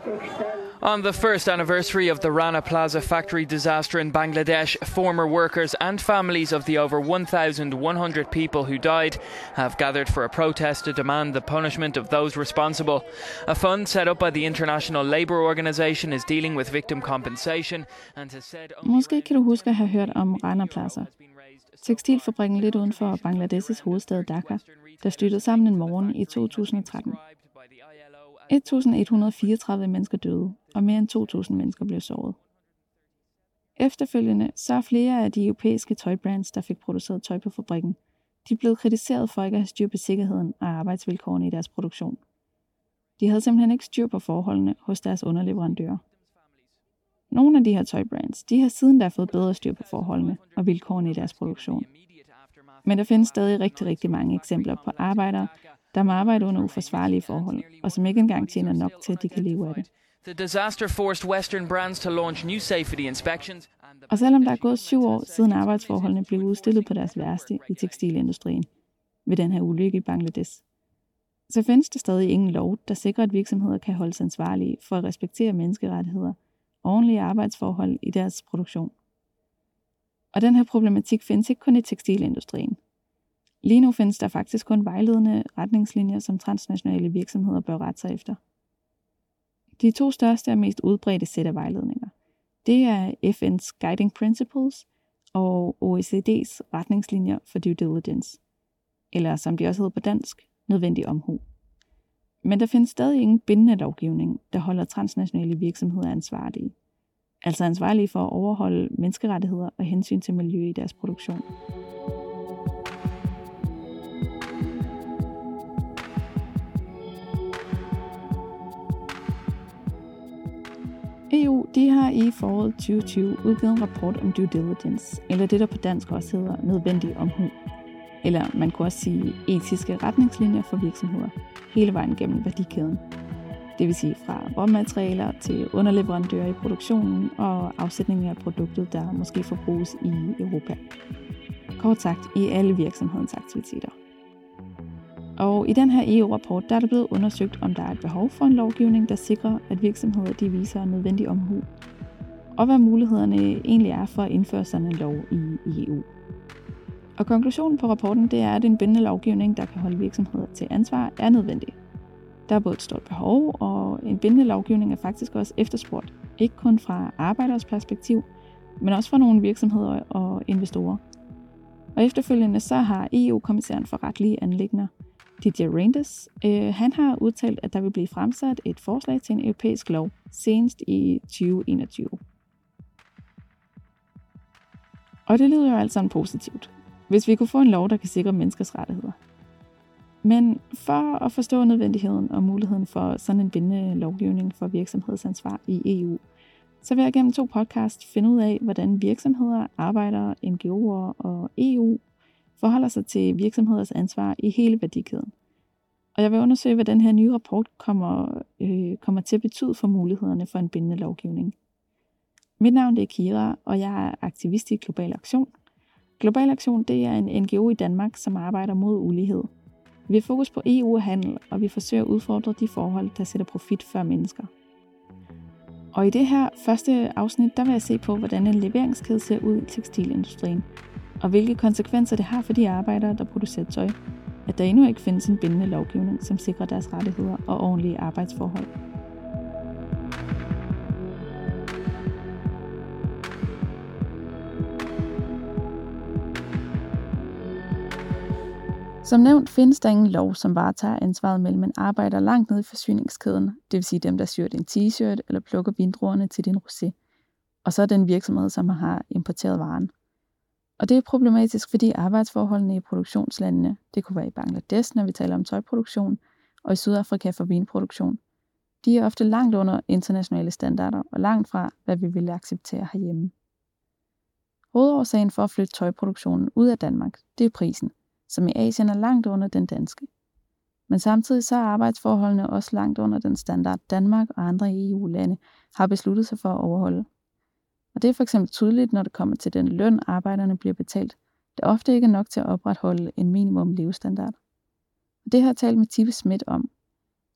On the first anniversary of the Rana Plaza factory disaster in Bangladesh, former workers and families of the over 1,100 people who died have gathered for a protest to demand the punishment of those responsible. A fund set up by the International Labour Organization is dealing with victim compensation and has said... Måske kan du huske at have hørt om Rana Plaza. Tekstilfabrikken lidt uden for Bangladeshs hovedstad Dhaka, der styrtede sammen en morgen i 2013. 1.134 mennesker døde, og mere end 2.000 mennesker blev såret. Efterfølgende så er flere af de europæiske tøjbrands, der fik produceret tøj på fabrikken, de blev kritiseret for ikke at have styr på sikkerheden og arbejdsvilkårene i deres produktion. De havde simpelthen ikke styr på forholdene hos deres underleverandører. Nogle af de her tøjbrands, de har siden da fået bedre styr på forholdene og vilkårene i deres produktion. Men der findes stadig rigtig mange eksempler på arbejdere, der må arbejde under uforsvarlige forhold, og som ikke engang tjener nok til, at de kan leve af det. The disaster forced Western brands to launch new safety inspections. Og selvom der er gået 7 år siden arbejdsforholdene blev udstillet på deres værste i tekstilindustrien ved den her ulykke i Bangladesh, så findes der stadig ingen lov, der sikrer, at virksomheder kan holdes ansvarlige for at respektere menneskerettigheder og ordentlige arbejdsforhold i deres produktion. Og den her problematik findes ikke kun i tekstilindustrien. Lige nu findes der faktisk kun vejledende retningslinjer, som transnationale virksomheder bør rette sig efter. De 2 største og mest udbredte sæt af vejledninger, det er FN's Guiding Principles og OECD's retningslinjer for due diligence, eller som de også hedder på dansk, nødvendig omhu. Men der findes stadig ingen bindende lovgivning, der holder transnationale virksomheder ansvarlige. Altså ansvarlige for at overholde menneskerettigheder og hensyn til miljø i deres produktion. EU de har i foråret 2020 udgivet en rapport om due diligence, eller det der på dansk også hedder nødvendig omhu. Eller man kunne også sige etiske retningslinjer for virksomheder, hele vejen gennem værdikæden. Det vil sige fra råmaterialer til underleverandører i produktionen og afsætningen af produktet, der måske forbruges i Europa. Kort sagt i alle virksomhedens aktiviteter. Og i den her EU-rapport, der er det blevet undersøgt, om der er et behov for en lovgivning, der sikrer, at virksomheder de viser nødvendig omhu, og hvad mulighederne egentlig er for at indføre sådan en lov i EU. Og konklusionen på rapporten, det er, at en bindende lovgivning, der kan holde virksomheder til ansvar, er nødvendig. Der er både et stort behov, og en bindende lovgivning er faktisk også efterspurgt, ikke kun fra arbejderes perspektiv, men også fra nogle virksomheder og investorer. Og efterfølgende så har EU-kommissæren for retlige anliggender, Didier Reynders, han har udtalt, at der vil blive fremsat et forslag til en europæisk lov senest i 2021. Og det lyder jo alt sammen positivt, hvis vi kunne få en lov, der kan sikre menneskers rettigheder. Men for at forstå nødvendigheden og muligheden for sådan en bindende lovgivning for virksomhedsansvar i EU, så vil jeg gennem 2 podcast finde ud af, hvordan virksomheder, arbejdere, NGO'er og EU forholder sig til virksomheders ansvar i hele værdikæden. Og jeg vil undersøge, hvad den her nye rapport kommer til at betyde for mulighederne for en bindende lovgivning. Mit navn er Kira, og jeg er aktivist i Global Aktion. Global Aktion det er en NGO i Danmark, som arbejder mod ulighed. Vi har fokus på EU og handel, og vi forsøger at udfordre de forhold, der sætter profit før mennesker. Og i det her første afsnit, der vil jeg se på, hvordan en leveringskæde ser ud i tekstilindustrien, og hvilke konsekvenser det har for de arbejdere, der producerer tøj, at der endnu ikke findes en bindende lovgivning, som sikrer deres rettigheder og ordentlige arbejdsforhold. Som nævnt findes der ingen lov, som varetager ansvaret mellem en arbejder langt nede i forsyningskæden, det vil sige dem, der syr din t-shirt eller plukker vindruerne til din rosé, og så den virksomhed, som har importeret varen. Og det er problematisk, fordi arbejdsforholdene i produktionslandene, det kunne være i Bangladesh, når vi taler om tøjproduktion, og i Sydafrika for vinproduktion, de er ofte langt under internationale standarder og langt fra, hvad vi ville acceptere herhjemme. Hovedårsagen for at flytte tøjproduktionen ud af Danmark, det er prisen, som i Asien er langt under den danske. Men samtidig så er arbejdsforholdene også langt under den standard, Danmark og andre EU-lande har besluttet sig for at overholde. Og det er for eksempel tydeligt, når det kommer til den løn, arbejderne bliver betalt, der ofte ikke er nok til at opretholde en minimum levestandard. Og det har jeg talt med Tippe Schmidt om.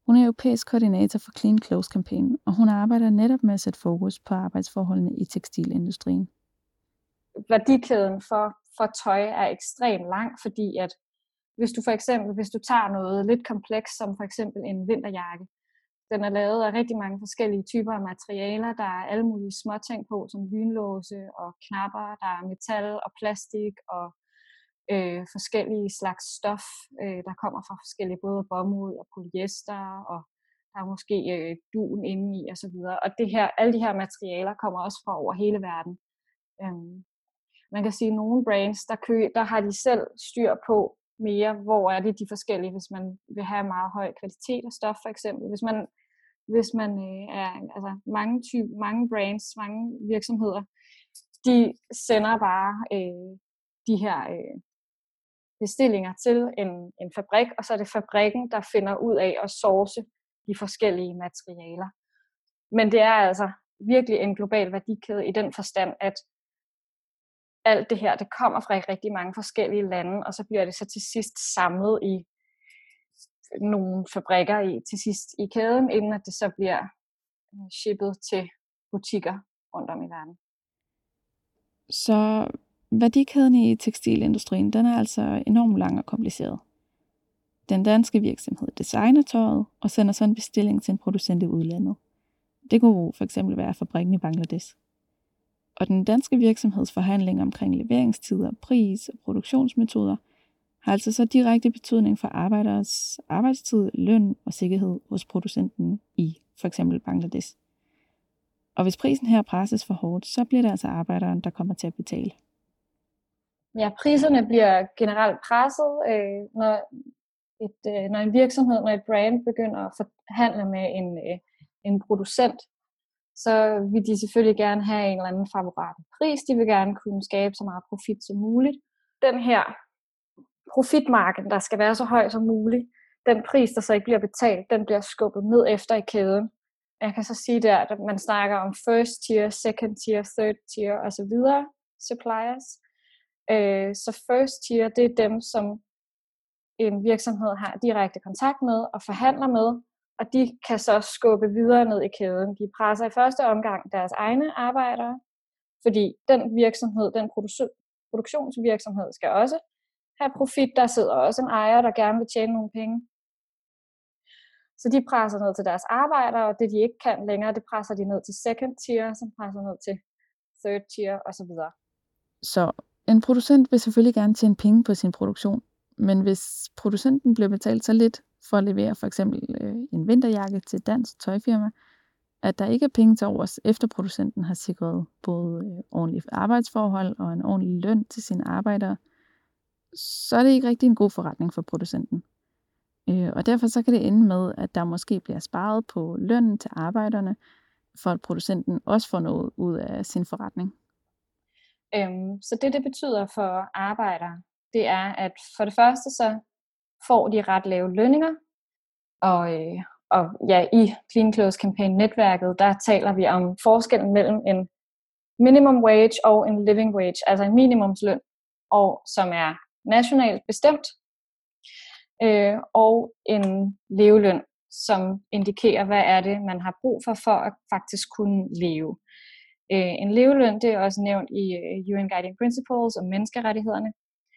Hun er europæisk koordinator for Clean Clothes-kampagnen, og hun arbejder netop med at sætte fokus på arbejdsforholdene i tekstilindustrien. Værdikæden for tøj er ekstremt lang, fordi at hvis du tager noget lidt kompleks, som for eksempel en vinterjakke, den er lavet af rigtig mange forskellige typer af materialer. Der er alle mulige småting på, som lynlåse og knapper. Der er metal og plastik og forskellige slags stof, der kommer fra forskellige, både bomuld og polyester, og der er måske dun inde i og så videre. Og alle de her materialer kommer også fra over hele verden. Man kan sige, at nogle brands, der har de selv styr på mere, hvor er det de forskellige, hvis man vil have meget høj kvalitet af stof for eksempel. Hvis man mange brands, mange virksomheder, de sender bare de her bestillinger til en fabrik, og så er det fabrikken, der finder ud af at source de forskellige materialer. Men det er altså virkelig en global værdikæde i den forstand, at alt det her, det kommer fra rigtig mange forskellige lande, og så bliver det så til sidst samlet i nogle fabrikker til sidst i kæden, inden at det så bliver shippet til butikker rundt om i verden. Så værdikæden i tekstilindustrien, den er altså enormt lang og kompliceret. Den danske virksomhed designer tøjet og sender så en bestilling til en producent i udlandet. Det kunne for eksempel være fabrikken i Bangladesh. Og den danske virksomheds forhandlinger omkring leveringstider, pris og produktionsmetoder har altså så direkte betydning for arbejderes arbejdstid, løn og sikkerhed hos producenten i for eksempel Bangladesh. Og hvis prisen her presses for hårdt, så bliver det altså arbejderen, der kommer til at betale. Ja, priserne bliver generelt presset, når en virksomhed, når et brand begynder at forhandle med en producent, så vil de selvfølgelig gerne have en eller anden favorabel pris. De vil gerne kunne skabe så meget profit som muligt. Den her profitmarken, der skal være så høj som muligt, den pris, der så ikke bliver betalt, den bliver skubbet ned efter i kæden. Jeg kan så sige der, at man snakker om first tier, second tier, third tier osv. suppliers. Så first tier, det er dem, som en virksomhed har direkte kontakt med og forhandler med, og de kan så skubbe videre ned i kæden. De presser i første omgang deres egne arbejdere, fordi den virksomhed, den produktionsvirksomhed skal også have profit. Der sidder også en ejer, der gerne vil tjene nogle penge. Så de presser ned til deres arbejdere, og det de ikke kan længere, det presser de ned til second tier, som presser ned til third tier osv. Så en producent vil selvfølgelig gerne tjene penge på sin produktion, men hvis producenten bliver betalt så lidt for at levere for eksempel en vinterjakke til et dansk tøjfirma, at der ikke er penge til overs, efter producenten har sikret både ordentlige arbejdsforhold og en ordentlig løn til sine arbejdere, så er det ikke rigtig en god forretning for producenten. Og derfor så kan det ende med, at der måske bliver sparet på lønnen til arbejderne, for at producenten også får noget ud af sin forretning. Så det betyder for arbejdere, det er, at for det første så får de ret lave lønninger, og ja, i Clean Clothes Campaign netværket, der taler vi om forskellen mellem en minimum wage og en living wage, altså en minimumsløn, som er nationalt bestemt, og en leveløn, som indikerer, hvad er det, man har brug for at faktisk kunne leve. En leveløn, det er også nævnt i UN Guiding Principles om menneskerettighederne.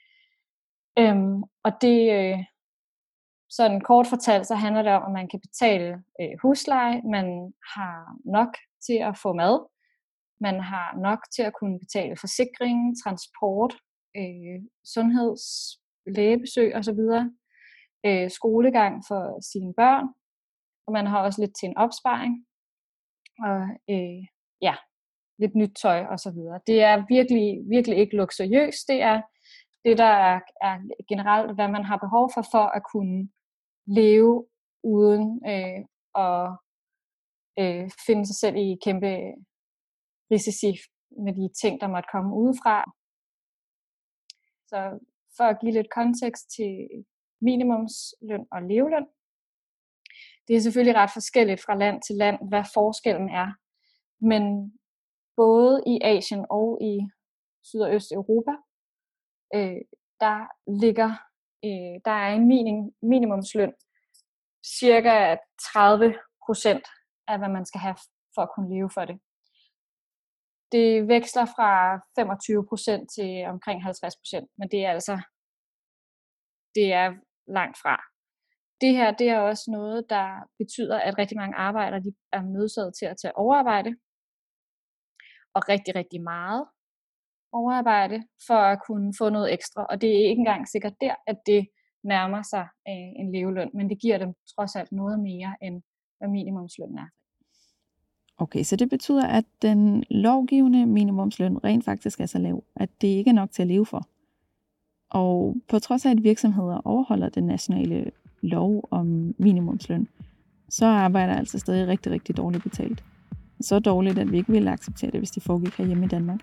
Og det, sådan kort fortalt, så handler det om, at man kan betale husleje, man har nok til at få mad, man har nok til at kunne betale forsikring, transport, sundheds, lægebesøg osv., skolegang for sine børn, og man har også lidt til en opsparing, og lidt nyt tøj og så videre. Det er virkelig, virkelig ikke luksuriøst. Det er det, der er generelt, hvad man har behov for at kunne leve uden at finde sig selv i kæmpe risici med de ting, der måtte komme udefra. Så for at give lidt kontekst til minimumsløn og leveløn, det er selvfølgelig ret forskelligt fra land til land, hvad forskellen er. Men både i Asien og i Syd- og Østeuropa, der er en minimumsløn cirka 30% af, hvad man skal have for at kunne leve for det. Det veksler fra 25% til omkring 50%, men det er langt fra. Det her, det er også noget, der betyder, at rigtig mange arbejdere de er nødsaget til at tage overarbejde, og rigtig, rigtig meget overarbejde, for at kunne få noget ekstra. Og det er ikke engang sikkert der, at det nærmer sig en leveløn, men det giver dem trods alt noget mere, end hvad minimumslønnen er. Okay, så det betyder, at den lovgivende minimumsløn rent faktisk er så lav, at det ikke er nok til at leve for. Og på trods af, at virksomheder overholder den nationale lov om minimumsløn, så arbejder altså stadig rigtig, rigtig dårligt betalt. Så dårligt, at vi ikke ville acceptere det, hvis de foregik herhjemme i Danmark.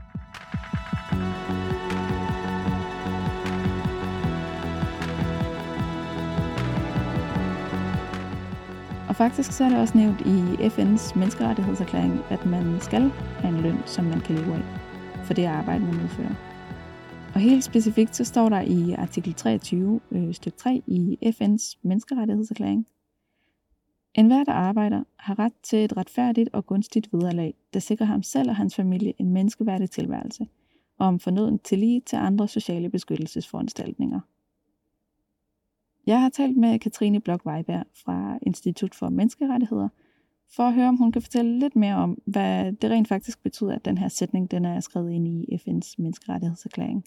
Og faktisk så er det også nævnt i FN's menneskerettighedserklæring, at man skal have en løn, som man kan leve af, for det arbejde, man udfører. Og helt specifikt så står der i artikel 23, stykke 3 i FN's menneskerettighedserklæring: enhver, der arbejder, har ret til et retfærdigt og gunstigt vederlag, der sikrer ham selv og hans familie en menneskeværdig tilværelse, og om fornøden tillige til andre sociale beskyttelsesforanstaltninger. Jeg har talt med Katrine Bloch-Weiberg fra Institut for Menneskerettigheder, for at høre, om hun kan fortælle lidt mere om, hvad det rent faktisk betyder, at den her sætning den er skrevet ind i FN's menneskerettighedserklæring.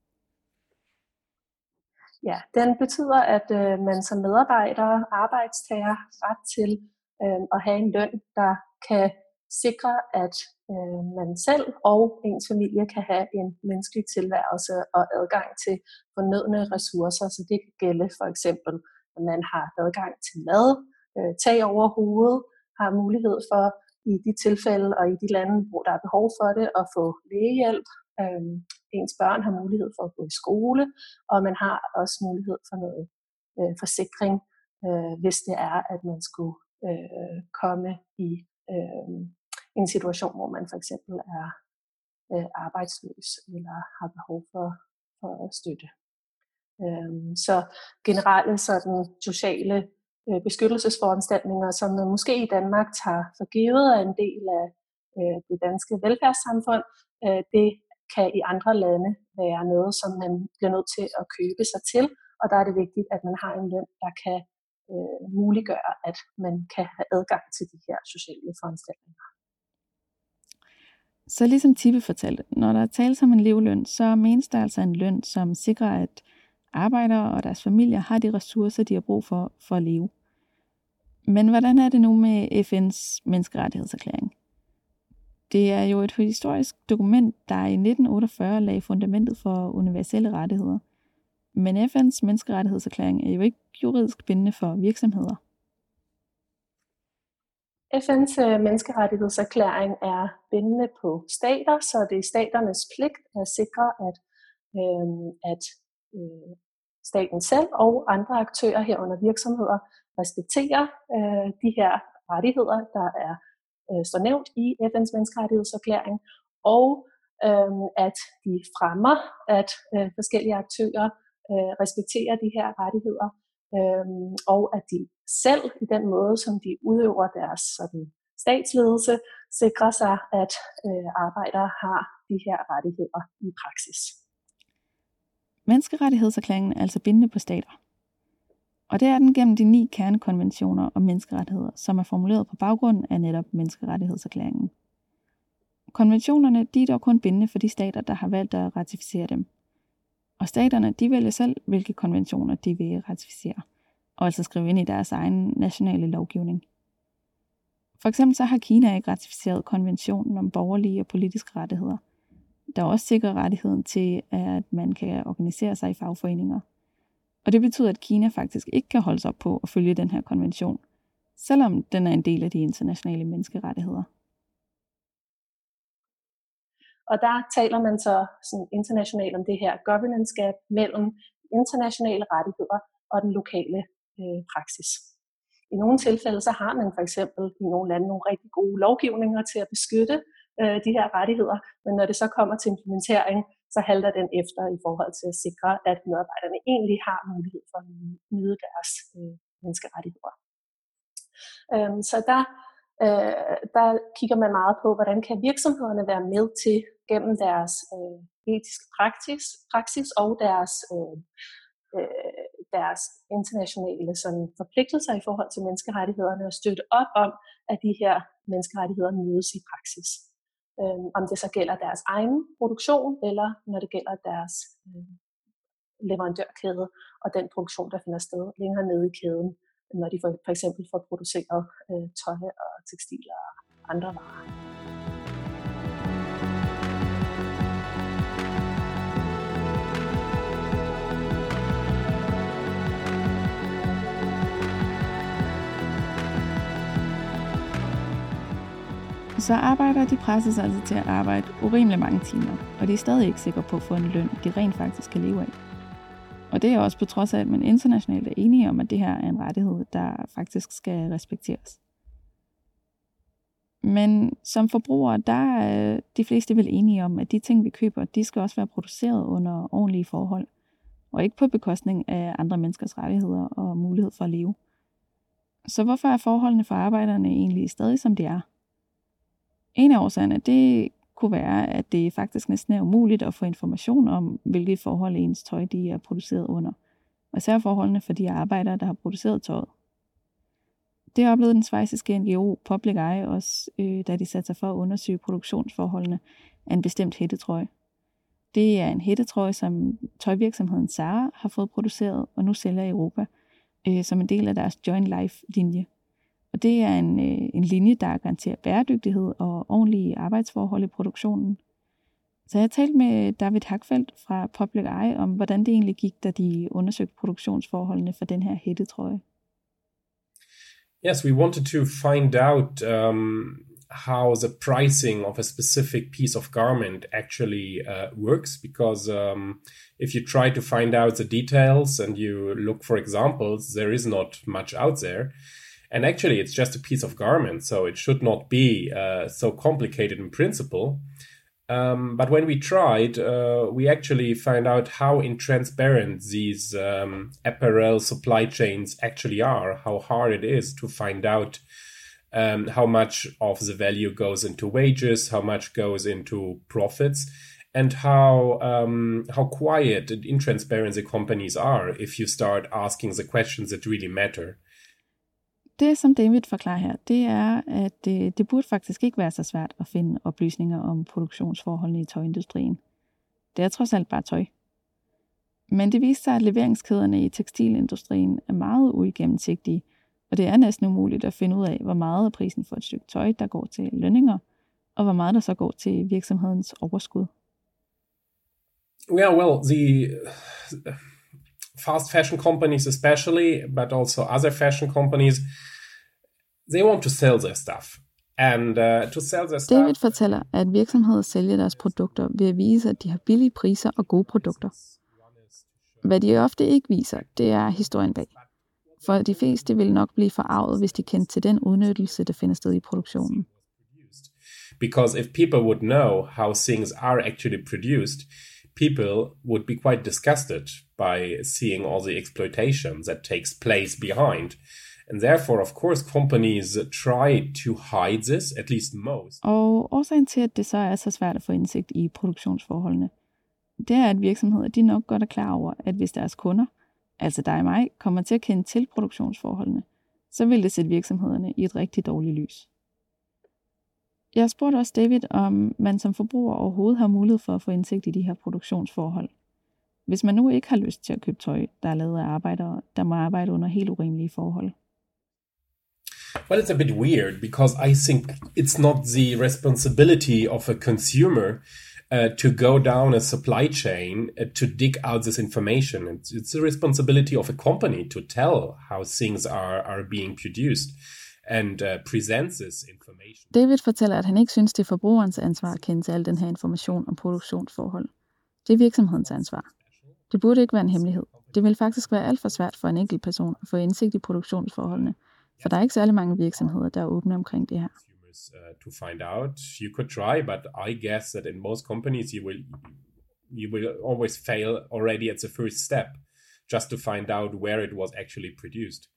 Ja, den betyder, at man som medarbejder, arbejdstager, har ret til at have en løn, der kan sikre, at man selv og ens familie kan have en menneskelig tilværelse og adgang til fornødne ressourcer. Så det kan gælde for eksempel, at man har adgang til mad, tag over hovedet, har mulighed for i de tilfælde og i de lande, hvor der er behov for det, at få lægehjælp. Ens børn har mulighed for at gå i skole, og man har også mulighed for noget forsikring, hvis det er, at man skulle komme i en situation, hvor man for eksempel er arbejdsløs eller har behov for støtte. Så generelle sådan sociale beskyttelsesforanstaltninger, som man måske i Danmark tager for givet af en del af det danske velfærdssamfund, det kan i andre lande være noget, som man bliver nødt til at købe sig til, og der er det vigtigt, at man har en løn, der kan muliggøre, at man kan have adgang til de her sociale foranstaltninger. Så ligesom Tippe fortalte, når der tales om en leveløn, så menes der altså en løn, som sikrer, at arbejdere og deres familier har de ressourcer, de har brug for at leve. Men hvordan er det nu med FN's menneskerettighedserklæring? Det er jo et historisk dokument, der i 1948 lagde fundamentet for universelle rettigheder. Men FN's menneskerettighedserklæring er jo ikke juridisk bindende for virksomheder. FN's menneskerettighedserklæring er bindende på stater, så det er staternes pligt at sikre, at staten selv og andre aktører herunder virksomheder respekterer de her rettigheder, der står nævnt i FN's menneskerettighedserklæring, og at de fremmer, at forskellige aktører respekterer de her rettigheder, og at de selv i den måde, som de udøver deres sådan, statsledelse, sikrer sig, at arbejdere har de her rettigheder i praksis. Menneskerettighedserklæringen er altså bindende på stater. Og det er den gennem de 9 kernekonventioner om menneskerettigheder, som er formuleret på baggrund af netop menneskerettighedserklæringen. Konventionerne de er dog kun bindende for de stater, der har valgt at ratificere dem. Og staterne de vælger selv, hvilke konventioner de vil ratificere, og altså skrive ind i deres egen nationale lovgivning. For eksempel så har Kina ikke ratificeret konventionen om borgerlige og politiske rettigheder, der også sikrer rettigheden til, at man kan organisere sig i fagforeninger. Og det betyder, at Kina faktisk ikke kan holde sig op på at følge den her konvention, selvom den er en del af de internationale menneskerettigheder. Og der taler man så sådan internationalt om det her governance gap mellem internationale rettigheder og den lokale praksis. I nogle tilfælde så har man for eksempel i nogle lande nogle rigtig gode lovgivninger til at beskytte de her rettigheder, men når det så kommer til implementering, så halter den efter i forhold til at sikre, at medarbejderne egentlig har mulighed for at nyde deres menneskerettigheder. Så der kigger man meget på, hvordan kan virksomhederne være med til gennem deres etiske praksis og deres internationale sådan, forpligtelser i forhold til menneskerettighederne og støtte op om, at de her menneskerettigheder mødes i praksis. Om det så gælder deres egen produktion, eller når det gælder deres leverandørkæde og den produktion, der finder sted længere nede i kæden, når de for eksempel får produceret tøj og tekstiler og andre varer. Så arbejdere de presses altså til at arbejde urimelig mange timer, og de er stadig ikke sikre på at få en løn, de rent faktisk kan leve af. Og det er også på trods af, at man internationalt er enige om, at det her er en rettighed, der faktisk skal respekteres. Men som forbrugere, der er de fleste vel enige om, at de ting, vi køber, de skal også være produceret under ordentlige forhold, og ikke på bekostning af andre menneskers rettigheder og mulighed for at leve. Så hvorfor er forholdene for arbejderne egentlig stadig som de er? En af årsagerne, det kunne være, at det faktisk næsten er umuligt at få information om, hvilke forhold ens tøj de er produceret under. Og især forholdene for de arbejdere, der har produceret tøjet. Det oplevede den schweiziske NGO Public Eye også, da de satte sig for at undersøge produktionsforholdene af en bestemt hættetrøje. Det er en hættetrøje, som tøjvirksomheden Zara har fået produceret og nu sælger i Europa, som en del af deres Joint Life-linje. Og det er en linje, der garanterer bæredygtighed og ordentlige arbejdsforhold i produktionen. Så jeg talte med David Hackfeldt fra Public Eye om, hvordan det egentlig gik, da de undersøgte produktionsforholdene for den her hættetrøje. Yes, we wanted to find out how the pricing of a specific piece of garment actually works, because if you try to find out the details and you look for examples, there is not much out there. And actually, it's just a piece of garment, so it should not be so complicated in principle. But when we tried, we actually found out how intransparent these apparel supply chains actually are, how hard it is to find out how much of the value goes into wages, how much goes into profits, and how quiet and intransparent the companies are if you start asking the questions that really matter. Det, som David forklarer her, det er, at det burde faktisk ikke være så svært at finde oplysninger om produktionsforholdene i tøjindustrien. Det er trods alt bare tøj. Men det viste sig, at leveringskæderne i tekstilindustrien er meget uigennemsigtige, og det er næsten umuligt at finde ud af, hvor meget af prisen for et stykke tøj, der går til lønninger, og hvor meget der så går til virksomhedens overskud. Yeah, well, the fast fashion companies especially, but also other fashion companies, they want to sell their stuff. And to sell their stuff... David fortæller, at virksomheder sælger deres produkter ved at vise, at de har billige priser og gode produkter. Hvad de ofte ikke viser, det er historien bag. For de fleste vil nok blive forarvet, hvis de kendte til den udnyttelse, der finder sted i produktionen. Because if people would know how things are actually produced, people would be quite disgusted by seeing all the exploitation that takes place behind. And therefore, of course, companies try to hide this, at least most. Og årsagen til, at det så er så svært at få indsigt i produktionsforholdene, det er, at virksomheder de nok godt er klar over, at hvis deres kunder, altså dig og mig, kommer til at kende til produktionsforholdene, så vil det sætte virksomhederne i et rigtig dårligt lys. Jeg spurgte også David, om man som forbruger overhovedet har mulighed for at få indsigt i de her produktionsforhold. Hvis man nu ikke har lyst til at købe tøj, der er lavet af arbejdere, der må arbejde under helt urimelige forhold. Well, it's a bit weird, because I think it's not the responsibility of a consumer to go down a supply chain to dig out this information. It's the responsibility of a company to tell how things are being produced and present this information. David fortæller, at han ikke synes, det er forbrugerens ansvar at kende til al den her information om produktionsforhold. Det er virksomhedens ansvar. Det burde ikke være en hemmelighed. Det vil faktisk være alt for svært for en enkelt person at få indsigt i produktionsforholdene, for der er ikke særlig mange virksomheder, der er åbne omkring det her. To find out, you could try, but I guess that in most companies you will always fail already at the first step, just to find out where it was actually produced.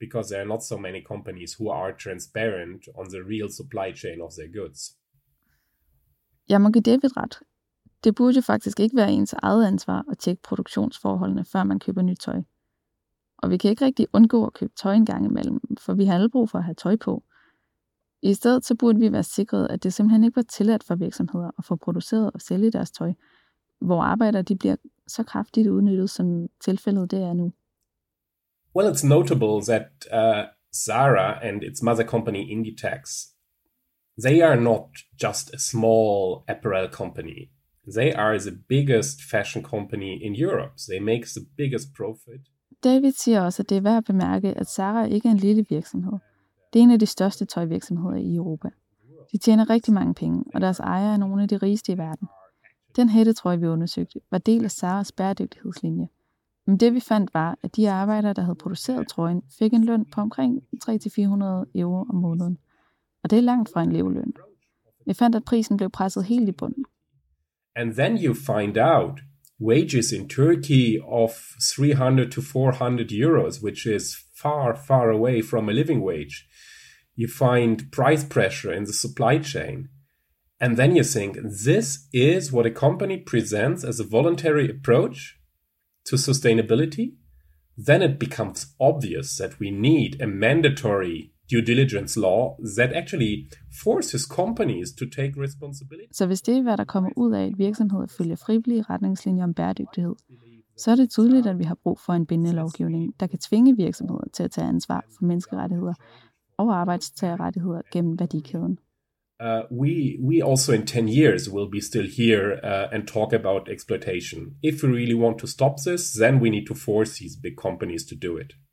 because there are not so many companies who are transparent on the real supply chain of their goods. Jeg må give David ret. Det burde jo faktisk ikke være ens eget ansvar at tjekke produktionsforholdene, før man køber nyt tøj. Og vi kan ikke rigtig undgå at købe tøj en gang imellem, for vi har alle brug for at have tøj på. I stedet så burde vi være sikret, at det simpelthen ikke var tilladt for virksomheder at få produceret og sælge deres tøj, hvor arbejdere de bliver så kraftigt udnyttet, som tilfældet det er nu. Well, it's notable that Zara and its mother company Inditex, they are not just a small apparel company. They are the biggest fashion company in Europe. They make the biggest profit. David siger også, at det er værd at bemærke, at Zara ikke er en lille virksomhed. Det er en af de største tøjvirksomheder i Europa. De tjener rigtig mange penge, og deres ejere er nogle af de rigeste i verden. Den hættetrøje, vi undersøgte, var del af Zaras bæredygtighedslinje. Men det vi fandt var, at de arbejdere, der havde produceret trøjen, fik en løn på omkring 300-400 euro om måneden. Og det er langt fra en leveløn. Vi fandt, at prisen blev presset helt i bunden. And then you find out wages in Turkey of 300 to 400 euros, which is far, far away from a living wage. You find price pressure in the supply chain. And then you think, this is what a company presents as a voluntary approach to sustainability. Then it becomes obvious that we need a mandatory due diligence law that actually forces companies to take responsibility. Så hvis det er, hvad der kommer ud af, at virksomheder følger frivillige retningslinjer om bæredygtighed, så er det tydeligt, at vi har brug for en bindende lovgivning, der kan tvinge virksomheder til at tage ansvar for menneskerettigheder og arbejdstagerrettigheder gennem værdikæden. We also in 10 years will be still here and talk about exploitation. If we really want to stop this, then we need to force these big companies to do it.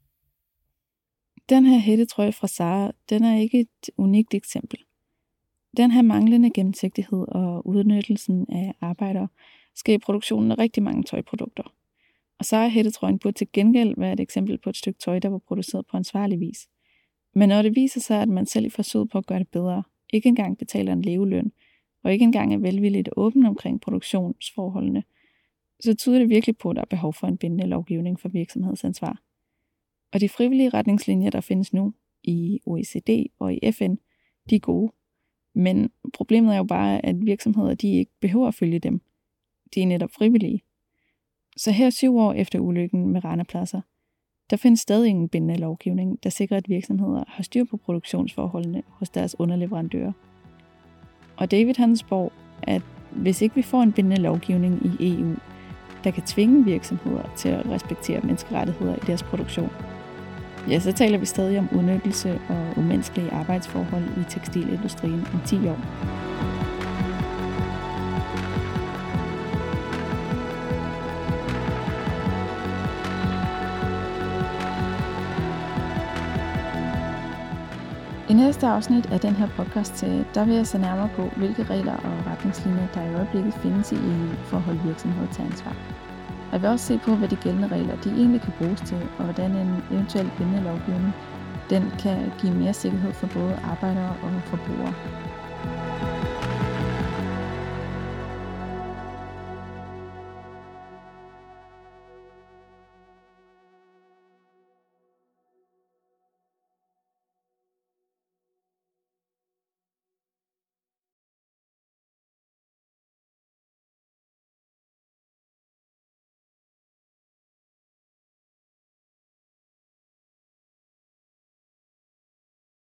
Den her hættetrøje fra Zara, den er ikke et unikt eksempel. Den her manglende gennemsigtighed og udnyttelsen af arbejdere sker i produktionen af rigtig mange tøjprodukter. Og Zara hættetrøjen burde til gengæld være et eksempel på et stykke tøj, der var produceret på ansvarlig vis. Men når det viser sig, at man selv i forsøget på at gøre det bedre, ikke engang betaler en leveløn, og ikke engang er velvilligt åben omkring produktionsforholdene, så tyder det virkelig på, at der er behov for en bindende lovgivning for virksomhedsansvar. Og de frivillige retningslinjer, der findes nu i OECD og i FN, de er gode. Men problemet er jo bare, at virksomheder de ikke behøver at følge dem. De er netop frivillige. Så her 7 år efter ulykken med Rana Plaza, der findes stadig ingen bindende lovgivning, der sikrer, at virksomheder har styr på produktionsforholdene hos deres underleverandører. Og David han spår, at hvis ikke vi får en bindende lovgivning i EU, der kan tvinge virksomheder til at respektere menneskerettigheder i deres produktion, ja, så taler vi stadig om udnyttelse og umenneskelige arbejdsforhold i tekstilindustrien om 10 år. I næste afsnit af den her podcast-serie, der vil jeg se nærmere på, hvilke regler og retningslinjer, der i øjeblikket findes i EU for at holde virksomheder til ansvar. Jeg vil også se på, hvad de gældende regler de egentlig kan bruges til, og hvordan en eventuel bindende lovgivning den kan give mere sikkerhed for både arbejdere og forbrugere.